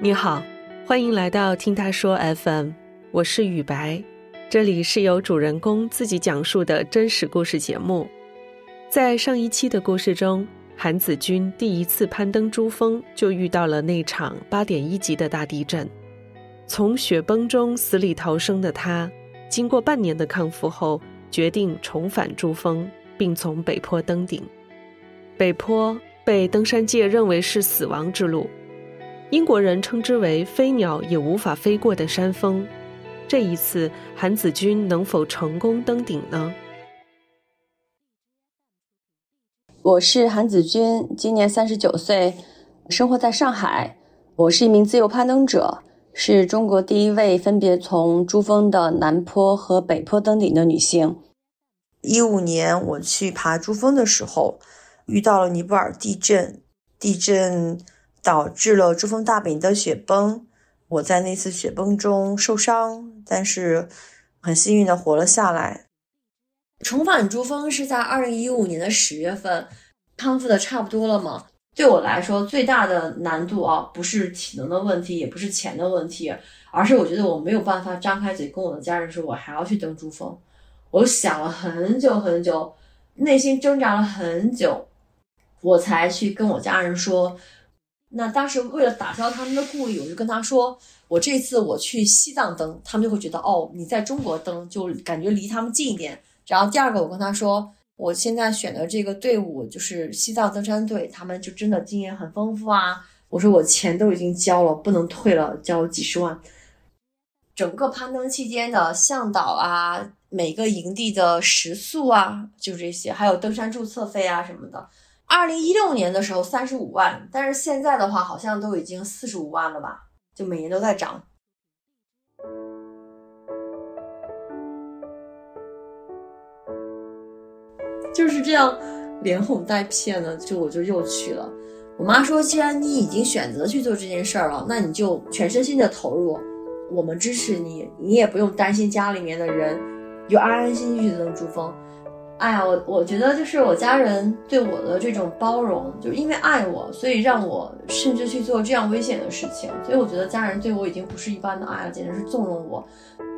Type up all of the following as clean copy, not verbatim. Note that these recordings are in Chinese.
你好，欢迎来到听他说 FM， 我是雨白，这里是由主人公自己讲述的真实故事节目。在上一期的故事中，韩子君第一次攀登珠峰就遇到了那场 8.1 级的大地震。从雪崩中死里逃生的他，经过半年的康复后，决定重返珠峰，并从北坡登顶。北坡被登山界认为是死亡之路，英国人称之为飞鸟也无法飞过的山峰。这一次，韩子君能否成功登顶呢？ 我是韩子君，今年39岁，生活在上海。我是一名自由攀登者，是中国第一位分别从珠峰的南坡和北坡登顶的女性。 15年我去爬珠峰的时候，遇到了尼泊尔地震，地震导致了珠峰大本营的雪崩。我在那次雪崩中受伤，但是很幸运的活了下来。 重返珠峰是在2015年的10月份，康复的差不多了嘛。对我来说最大的难度不是体能的问题，也不是钱的问题，而是我觉得我没有办法张开嘴跟我的家人说我还要去登珠峰。我想了很久很久，内心挣扎了很久，我才去跟我家人说。那当时为了打消他们的顾虑，我就跟他说，我这次我去西藏登，他们就会觉得你在中国登就感觉离他们近一点。然后第二个我跟他说，我现在选的这个队伍就是西藏登山队，他们就真的经验很丰富啊。我说我钱都已经交了，不能退了，交了几十万。整个攀登期间的向导啊，每个营地的食宿啊，就这些，还有登山注册费啊什么的。2016年的时候35万，但是现在的话好像都已经45万了吧，就每年都在涨。就是这样连哄带骗的，我就又去了。我妈说，既然你已经选择去做这件事儿了，那你就全身心的投入，我们支持你，你也不用担心家里面的人，就安安心心去登珠峰。我觉得就是我家人对我的这种包容，就因为爱我，所以让我甚至去做这样危险的事情。所以我觉得家人对我已经不是一般的爱了，简直是纵容我。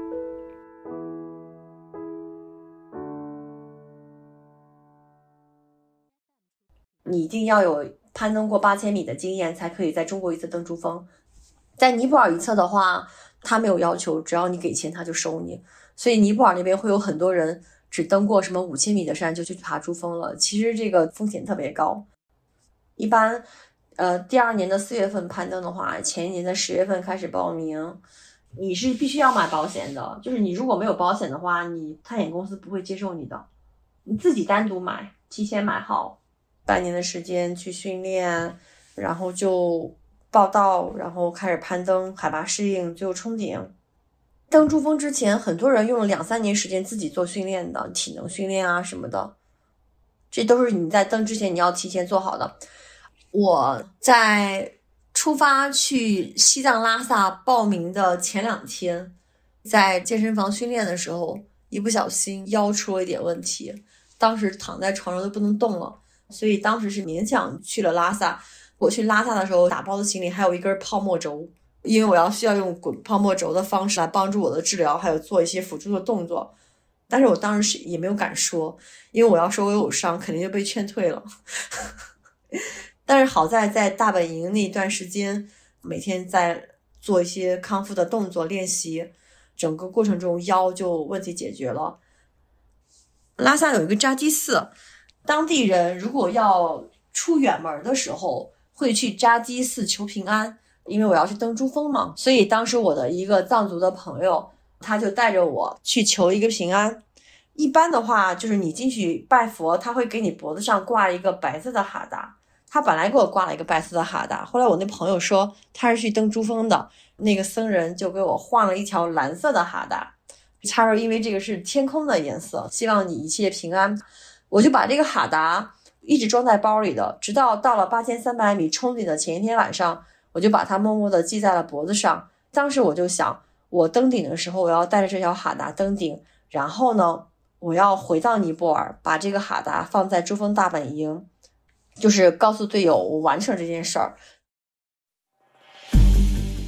你一定要有攀登过8000米的经验，才可以在中国一次登珠峰。在尼泊尔一侧的话，他没有要求，只要你给钱他就收你。所以尼泊尔那边会有很多人只登过什么5000米的山就去爬珠峰了，其实这个风险特别高。一般第二年的4月份攀登的话，前一年的10月份开始报名，你是必须要买保险的，就是你如果没有保险的话，你探险公司不会接受你的，你自己单独买，提前买好。半年的时间去训练，然后就报到，然后开始攀登，海拔适应，最后冲顶。登珠峰之前，很多人用了2-3年时间自己做训练的，体能训练啊什么的，这都是你在登之前你要提前做好的。我在出发去西藏拉萨报名的前2天，在健身房训练的时候，一不小心腰出了一点问题，当时躺在床上都不能动了，所以当时是勉强去了拉萨。我去拉萨的时候，打包的行李还有一根泡沫轴，因为我需要用滚泡沫轴的方式来帮助我的治疗，还有做一些辅助的动作。但是我当时也没有敢说，因为我要说我有伤，肯定就被劝退了。但是好在在大本营那一段时间，每天在做一些康复的动作练习，整个过程中腰就问题解决了。拉萨有一个扎基寺，当地人如果要出远门的时候会去扎基寺求平安，因为我要去登珠峰嘛，所以当时我的一个藏族的朋友，他就带着我去求一个平安。一般的话就是你进去拜佛，他会给你脖子上挂一个白色的哈达，他本来给我挂了一个白色的哈达，后来我那朋友说他是去登珠峰的，那个僧人就给我换了一条蓝色的哈达，他说因为这个是天空的颜色，希望你一切平安。我就把这个哈达一直装在包里的，直到到了8300米冲顶的前一天晚上，我就把它默默地系在了脖子上。当时我就想，我登顶的时候我要带着这条哈达登顶，然后呢我要回到尼泊尔，把这个哈达放在珠峰大本营，就是告诉队友我完成这件事儿。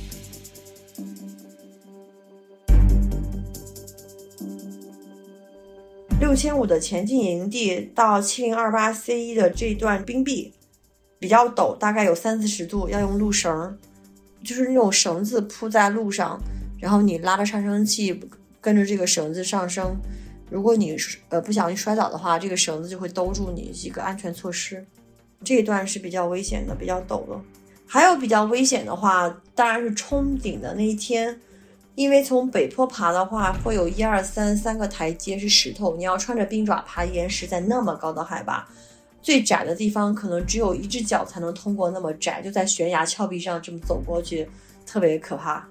6500的前进营地到7028 C1 的这段冰壁比较陡，大概有30-40度，要用路绳，就是那种绳子铺在路上，然后你拉着上升器跟着这个绳子上升，如果你不小心摔倒的话，这个绳子就会兜住你，一个安全措施。这一段是比较危险的，比较陡的。还有比较危险的话，当然是冲顶的那一天，因为从北坡爬的话，会有3个台阶是石头，你要穿着冰爪爬岩石，在那么高的海拔，最窄的地方可能只有一只脚才能通过那么窄，就在悬崖峭壁上这么走过去，特别可怕。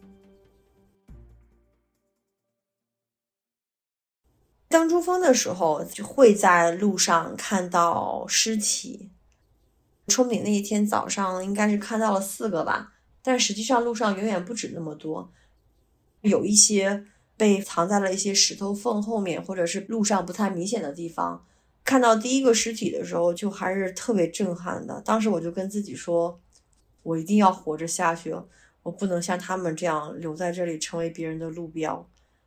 登珠峰的时候就会在路上看到尸体，冲顶那一天早上应该是看到了4个吧，但实际上路上远远不止那么多，有一些被藏在了一些石头缝后面，或者是路上不太明显的地方。看到第一个尸体的时候就还是特别震撼的，当时我就跟自己说，我一定要活着下去，我不能像他们这样留在这里成为别人的路标。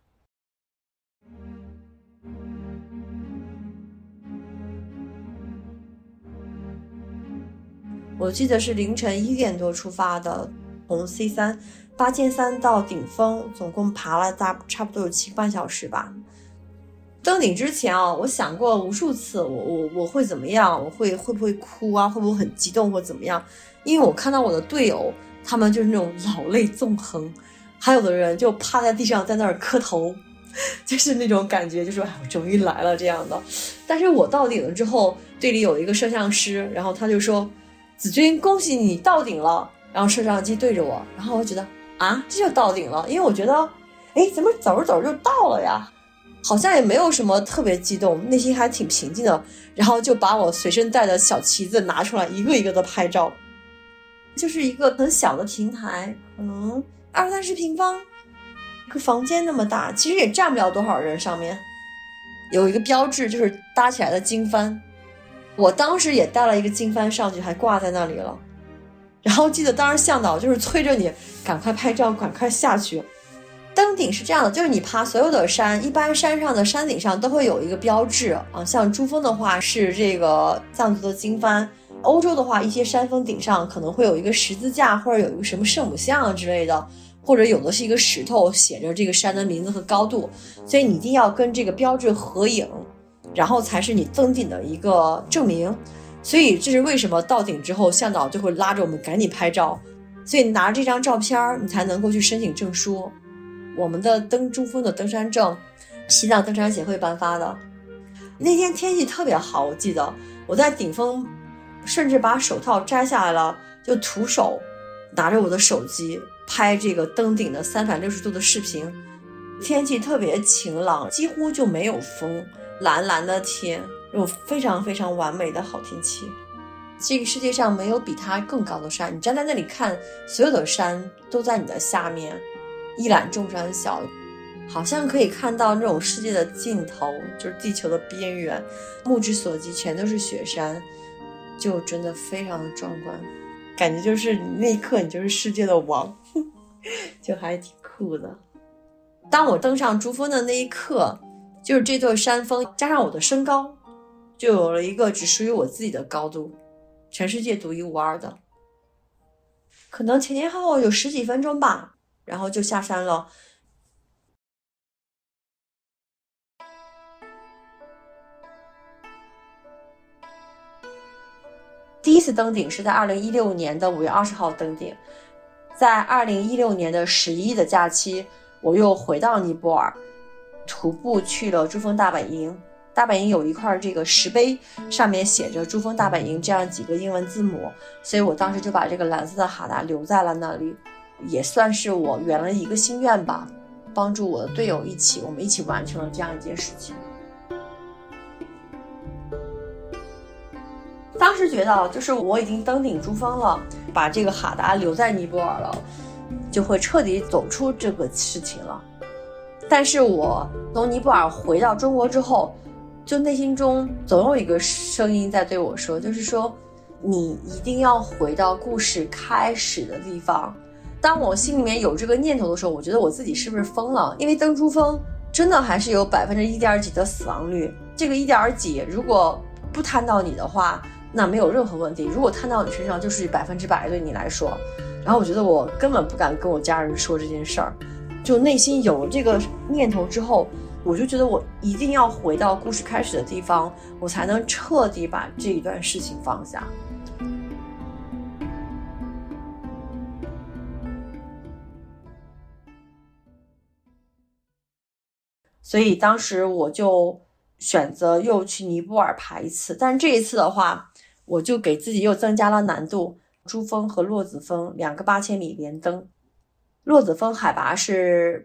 我记得是凌晨1点多出发的，从 C3 8300到顶峰，总共爬了差不多有7个半小时吧。登顶之前我想过无数次，我会怎么样？我会不会哭啊？会不会很激动或怎么样？因为我看到我的队友，他们就是那种老泪纵横，还有的人就趴在地上在那儿磕头，就是那种感觉，就是我终于来了这样的。但是我到顶了之后，队里有一个摄像师，然后他就说，子君恭喜你到顶了，然后摄像机对着我，然后我觉得这就到顶了，因为我觉得怎么走着走着就到了呀，好像也没有什么特别激动，内心还挺平静的，然后就把我随身带的小旗子拿出来，一个一个的拍照。就是一个很小的平台，可能20-30平方，一个房间那么大，其实也站不了多少人，上面有一个标志，就是搭起来的经幡，我当时也带了一个经幡上去，还挂在那里了。然后记得当时向导就是催着你赶快拍照，赶快下去。登顶是这样的，就是你爬所有的山，一般山上的山顶上都会有一个标志像珠峰的话是这个藏族的经幡，欧洲的话一些山峰顶上可能会有一个十字架，或者有一个什么圣母像之类的，或者有的是一个石头写着这个山的名字和高度，所以你一定要跟这个标志合影，然后才是你登顶的一个证明。所以这是为什么到顶之后向导就会拉着我们赶紧拍照，所以拿着这张照片你才能够去申请证书。我们的登珠峰的登山证西藏登山协会颁发的。那天天气特别好，我记得我在顶峰甚至把手套摘下来了，就徒手拿着我的手机拍这个登顶的360度的视频。天气特别晴朗，几乎就没有风，蓝蓝的天，有非常非常完美的好天气。这个世界上没有比它更高的山，你站在那里看，所有的山都在你的下面，一览众山小，好像可以看到那种世界的尽头，就是地球的边缘，目之所及全都是雪山，就真的非常的壮观，感觉就是那一刻你就是世界的王就还挺酷的。当我登上珠峰的那一刻，就是这座山峰加上我的身高，就有了一个只属于我自己的高度，全世界独一无二的。可能前前后后有10几分钟吧，然后就下山了。第一次登顶是在2016年的5月20号登顶，在2016年的11的假期，我又回到尼泊尔，徒步去了珠峰大本营。大本营有一块这个石碑，上面写着珠峰大本营这样几个英文字母，所以我当时就把这个蓝色的哈达留在了那里，也算是我圆了一个心愿吧，帮助我的队友我们一起完成了这样一件事情。当时觉得就是我已经登顶珠峰了，把这个哈达留在尼泊尔了，就会彻底走出这个事情了。但是我从尼泊尔回到中国之后，就内心中总有一个声音在对我说，就是说你一定要回到故事开始的地方。当我心里面有这个念头的时候，我觉得我自己是不是疯了？因为登珠峰真的还是有1.几%的死亡率。这个1.几%如果不摊到你的话，那没有任何问题，如果摊到你身上就是100%对你来说。然后我觉得我根本不敢跟我家人说这件事儿，就内心有了这个念头之后，我就觉得我一定要回到故事开始的地方，我才能彻底把这一段事情放下。所以当时我就选择又去尼泊尔爬一次，但是这一次的话，我就给自己又增加了难度，珠峰和洛子峰2个8000米连登。洛子峰海拔是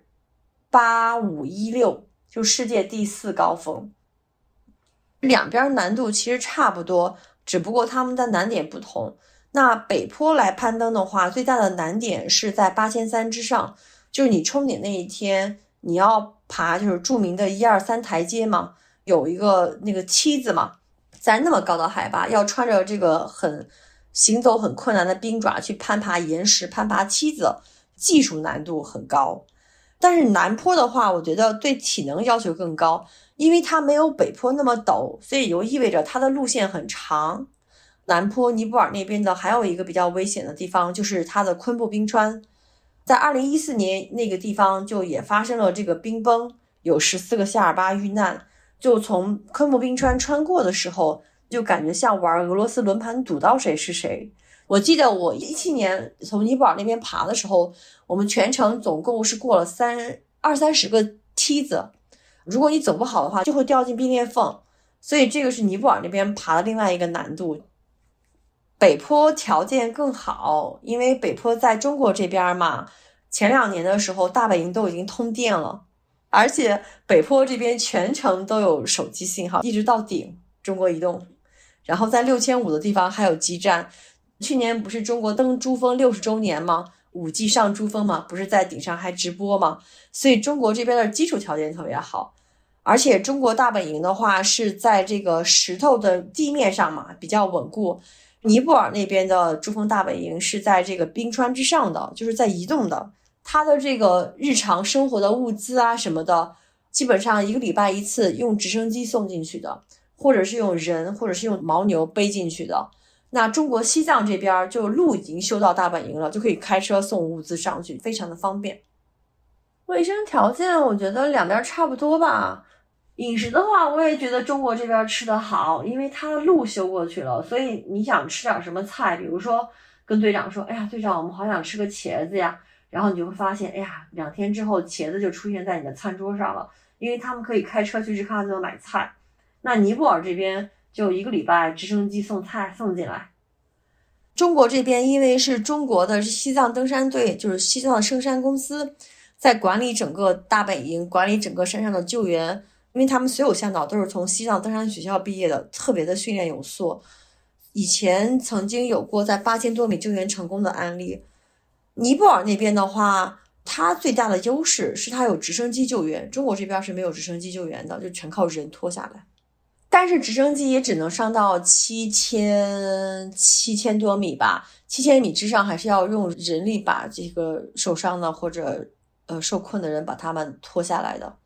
8516，就世界第4高峰。两边难度其实差不多，只不过他们的难点不同。那北坡来攀登的话，最大的难点是在8300之上，就是你冲顶那一天你要爬就是著名的123台阶嘛，有一个那个梯子嘛，在那么高的海拔要穿着这个行走很困难的冰爪去攀爬岩石，攀爬梯子，技术难度很高。但是南坡的话，我觉得对体能要求更高，因为它没有北坡那么陡，所以就意味着它的路线很长。南坡尼泊尔那边的还有一个比较危险的地方，就是它的昆布冰川。在2014年那个地方就也发生了这个冰崩，有14个夏尔巴遇难。就从昆布冰川穿过的时候，就感觉像玩俄罗斯轮盘赌到谁是谁。我记得我17年从尼泊尔那边爬的时候，我们全程总共是过了20-30个梯子，如果你走不好的话就会掉进冰裂缝，所以这个是尼泊尔那边爬的另外一个难度。北坡条件更好，因为北坡在中国这边嘛，前2年的时候大本营都已经通电了，而且北坡这边全程都有手机信号，一直到顶中国移动，然后在6500的地方还有基站。去年不是中国登珠峰60周年吗？5G 上珠峰嘛，不是在顶上还直播吗？所以中国这边的基础条件特别好，而且中国大本营的话是在这个石头的地面上嘛，比较稳固。尼泊尔那边的珠峰大本营是在这个冰川之上的，就是在移动的，它的这个日常生活的物资啊什么的，基本上1个礼拜一次用直升机送进去的，或者是用人或者是用牦牛背进去的。那中国西藏这边就路已经修到大本营了，就可以开车送物资上去，非常的方便。卫生条件我觉得两边差不多吧。饮食的话，我也觉得中国这边吃的好，因为它的路修过去了，所以你想吃点什么菜，比如说跟队长说，哎呀，队长，我们好想吃个茄子呀，然后你就会发现，哎呀，2天之后茄子就出现在你的餐桌上了，因为他们可以开车去日喀则买菜。那尼泊尔这边就1个礼拜直升机送菜送进来。中国这边因为是中国的西藏登山队，就是西藏的圣山公司在管理整个大本营，管理整个山上的救援，因为他们所有向导都是从西藏登山学校毕业的，特别的训练有素。以前曾经有过在8000多米救援成功的案例。尼泊尔那边的话，它最大的优势是它有直升机救援，中国这边是没有直升机救援的，就全靠人拖下来。但是直升机也只能上到7000多米吧，7000米之上还是要用人力把这个受伤的或者受困的人把他们拖下来的。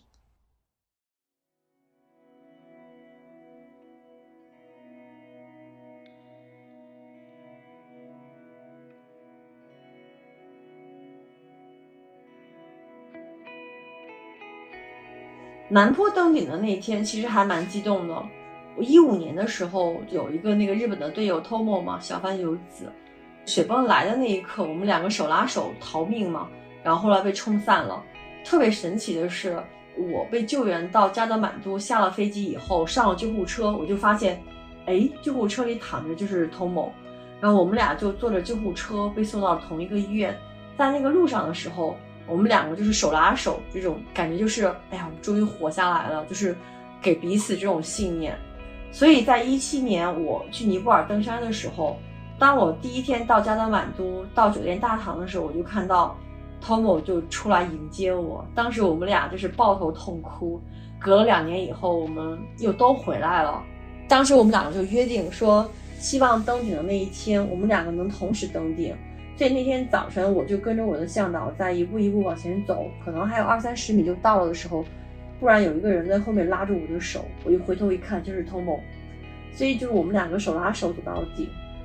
南坡登顶的那一天其实还蛮激动的。我15年的时候有一个那个日本的队友 Tomo 嘛，小番游子，雪崩来的那一刻我们2个手拉手逃命嘛，然后后来被冲散了。特别神奇的是，我被救援到加德满都，下了飞机以后上了救护车，我就发现救护车里躺着就是 Tomo， 然后我们俩就坐着救护车被送到同一个医院。在那个路上的时候，我们2个就是手拉手，这种感觉就是哎呀，我们终于活下来了，就是给彼此这种信念。所以在17年我去尼泊尔登山的时候，当我第1天到加德满都到酒店大堂的时候，我就看到 Tomo 就出来迎接我，当时我们俩就是抱头痛哭。隔了2年以后我们又都回来了，当时我们2个就约定说，希望登顶的那一天我们2个能同时登顶。所以那天早晨我就跟着我的向导在一步一步往前走，可能还有20-30米就到了的时候， 不然有一个人在后面拉着我的手，我就回头一看就是 Tomo， 所以就是我们2个手拉手走到了顶。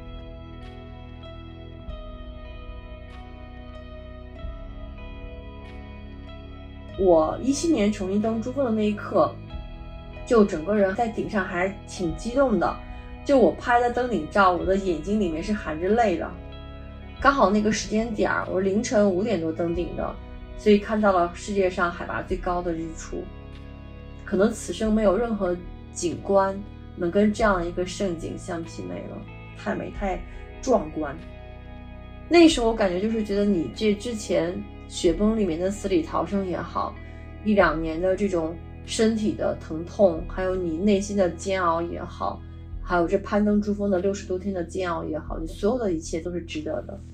我17年重新登珠峰的那一刻，就整个人在顶上还挺激动的，就我拍的登顶照，我的眼睛里面是含着泪的。刚好那个时间点我凌晨5点多登顶的，所以看到了世界上海拔最高的日出。可能此生没有任何景观能跟这样一个盛景相媲美了，太美太壮观。那时候我感觉就是觉得你这之前雪崩里面的死里逃生也好，1-2年的这种身体的疼痛，还有你内心的煎熬也好，还有这攀登珠峰的60多天的煎熬也好，你所有的一切都是值得的。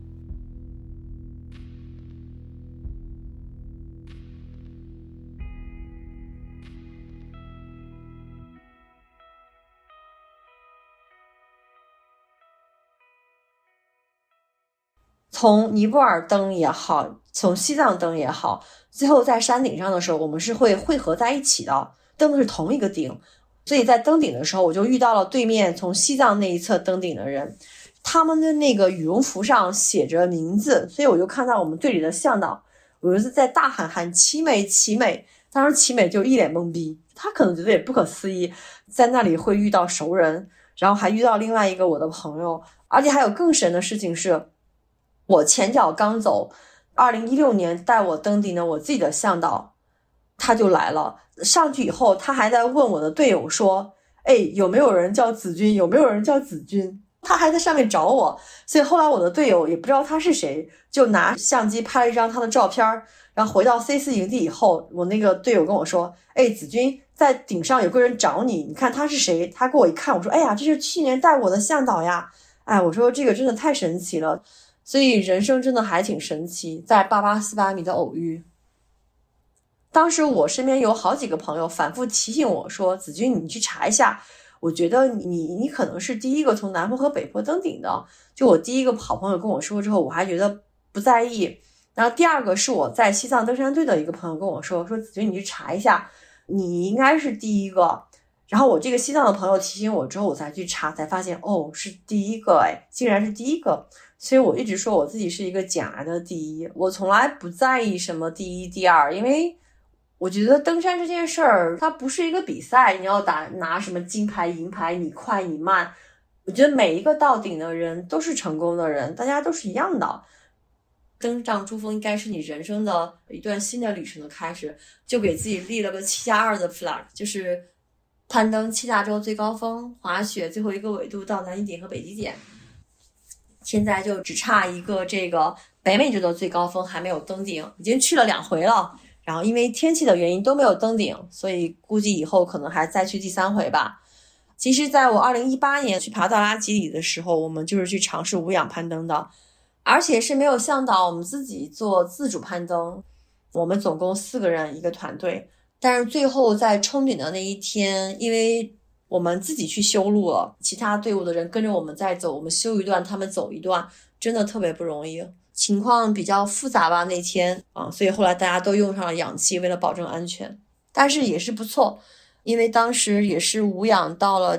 从尼泊尔登也好，从西藏登也好，最后在山顶上的时候，我们是会汇合在一起的，登的是同一个顶。所以在登顶的时候，我就遇到了对面从西藏那一侧登顶的人，他们的那个羽绒服上写着名字，所以我就看到我们队里的向导，我就是在大喊奇美奇美，当时奇美就一脸懵逼，他可能觉得也不可思议，在那里会遇到熟人，然后还遇到另外一个我的朋友，而且还有更神的事情是，我前脚刚走，2016年带我登顶的我自己的向导，他就来了。上去以后，他还在问我的队友说：“哎，有没有人叫子君？有没有人叫子君？”他还在上面找我，所以后来我的队友也不知道他是谁，就拿相机拍了一张他的照片。然后回到 C4 营地以后，我那个队友跟我说：“哎，子君在顶上有个人找你，你看他是谁？”他给我一看，我说：“哎呀，这是去年带我的向导呀！”哎，我说这个真的太神奇了。所以人生真的还挺神奇，在8848米的偶遇。当时我身边有好几个朋友反复提醒我说：“子君，你去查一下，我觉得你可能是第一个从南坡和北坡登顶的。”就我第一个好朋友跟我说之后，我还觉得不在意。然后第二个是我在西藏登山队的一个朋友跟我说子君，你去查一下，你应该是第一个。然后我这个西藏的朋友提醒我之后，我才去查，才发现是第一个，竟然是第一个。所以我一直说我自己是一个假的第一，我从来不在意什么第一第二，因为我觉得登山这件事儿它不是一个比赛，你要拿什么金牌银牌，你快你慢，我觉得每一个到顶的人都是成功的人，大家都是一样的。登上珠峰应该是你人生的一段新的旅程的开始，就给自己立了个7+2的 flag， 就是攀登7大洲最高峰，滑雪最后一个纬度到南极点和北极点。现在就只差一个这个北美洲的最高峰还没有登顶，已经去了2回了，然后因为天气的原因都没有登顶，所以估计以后可能还再去第3回吧。其实在我2018年去爬道拉吉里的时候，我们就是去尝试无氧攀登的，而且是没有向导，我们自己做自主攀登。我们总共4个人一个团队，但是最后在冲顶的那一天，因为我们自己去修路了，其他队伍的人跟着我们在走，我们修一段他们走一段，真的特别不容易，情况比较复杂吧那天所以后来大家都用上了氧气，为了保证安全，但是也是不错，因为当时也是无氧到了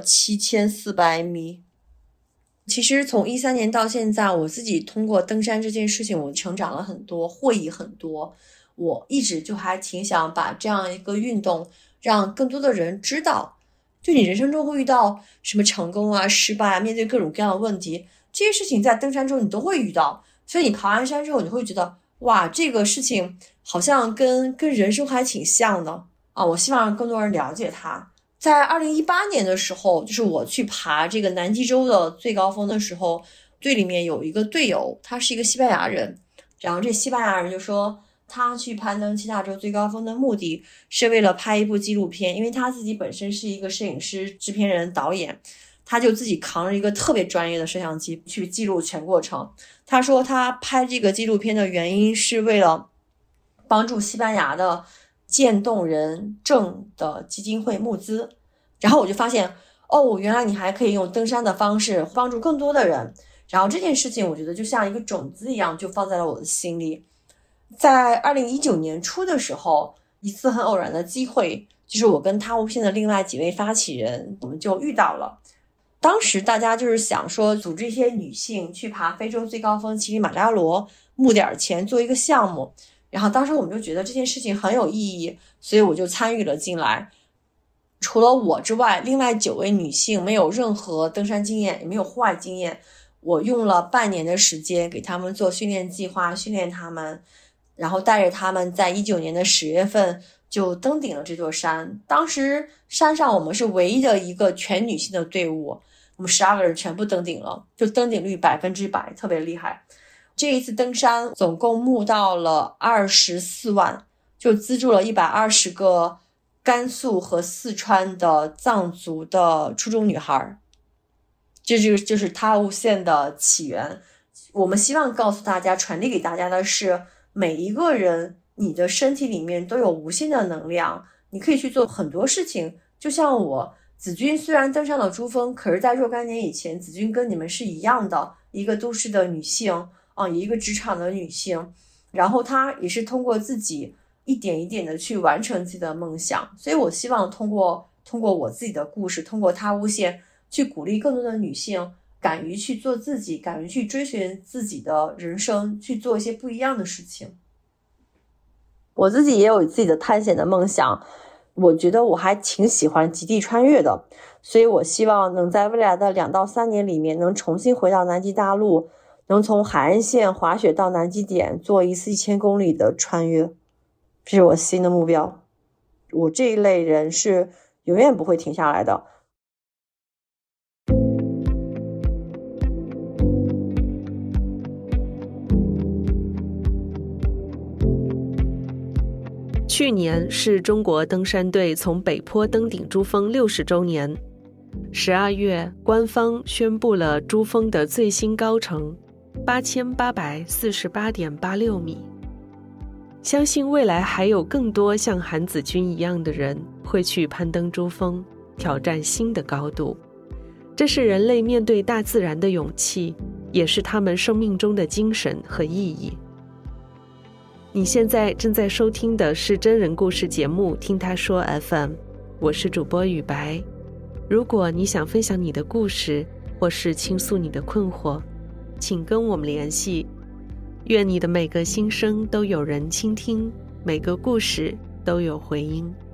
7400米。其实从13年到现在，我自己通过登山这件事情，我成长了很多，获益很多。我一直就还挺想把这样一个运动让更多的人知道，就你人生中会遇到什么成功啊失败啊，面对各种各样的问题，这些事情在登山中你都会遇到，所以你爬完山之后你会觉得哇，这个事情好像跟人生还挺像的我希望让更多人了解它。在2018年的时候，就是我去爬这个南极洲的最高峰的时候，队里面有一个队友，他是一个西班牙人，然后这西班牙人就说他去攀登7大洲最高峰的目的是为了拍一部纪录片，因为他自己本身是一个摄影师、制片人、导演，他就自己扛着一个特别专业的摄像机去记录全过程。他说他拍这个纪录片的原因是为了帮助西班牙的渐冻人症的基金会募资。然后我就发现原来你还可以用登山的方式帮助更多的人，然后这件事情我觉得就像一个种子一样，就放在了我的心里。在2019年初的时候， 一次很偶然的机会，就是我跟他无线的另外几位发起人，我们就遇到了。当时大家就是想说组织一些女性去爬非洲最高峰乞力马扎罗，募点钱做一个项目。然后当时我们就觉得这件事情很有意义，所以我就参与了进来。除了我之外，另外9位女性没有任何登山经验，也没有户外经验，我用了半年的时间给他们做训练计划，训练他们，然后带着他们在19年的10月份就登顶了这座山。当时山上我们是唯一的一个全女性的队伍，我们12个人全部登顶了，就登顶率100%，特别厉害。这一次登山总共募到了24万，就资助了120个甘肃和四川的藏族的初中女孩。这就是他无线的起源。我们希望告诉大家，传递给大家的是，每一个人你的身体里面都有无限的能量，你可以去做很多事情。就像我子君虽然登上了珠峰，可是在若干年以前，子君跟你们是一样的，一个都市的女性一个职场的女性，然后她也是通过自己一点一点的去完成自己的梦想。所以我希望通过我自己的故事，通过他无线去鼓励更多的女性敢于去做自己，敢于去追寻自己的人生，去做一些不一样的事情。我自己也有自己的探险的梦想，我觉得我还挺喜欢极地穿越的，所以我希望能在未来的2到3年里面能重新回到南极大陆，能从海岸线滑雪到南极点做一次1000公里的穿越，这是我新的目标。我这一类人是永远不会停下来的。 去年是中国登山队从北坡登顶珠峰60周年。12月，官方宣布了珠峰的最新高程8848.86米。相信未来还有更多像韩子君一样的人会去攀登珠峰，挑战新的高度。这是人类面对大自然的勇气，也是他们生命中的精神和意义。你现在正在收听的是真人故事节目《听他说 FM》，我是主播雨白。如果你想分享你的故事，或是倾诉你的困惑，请跟我们联系。愿你的每个心声都有人倾听，每个故事都有回音。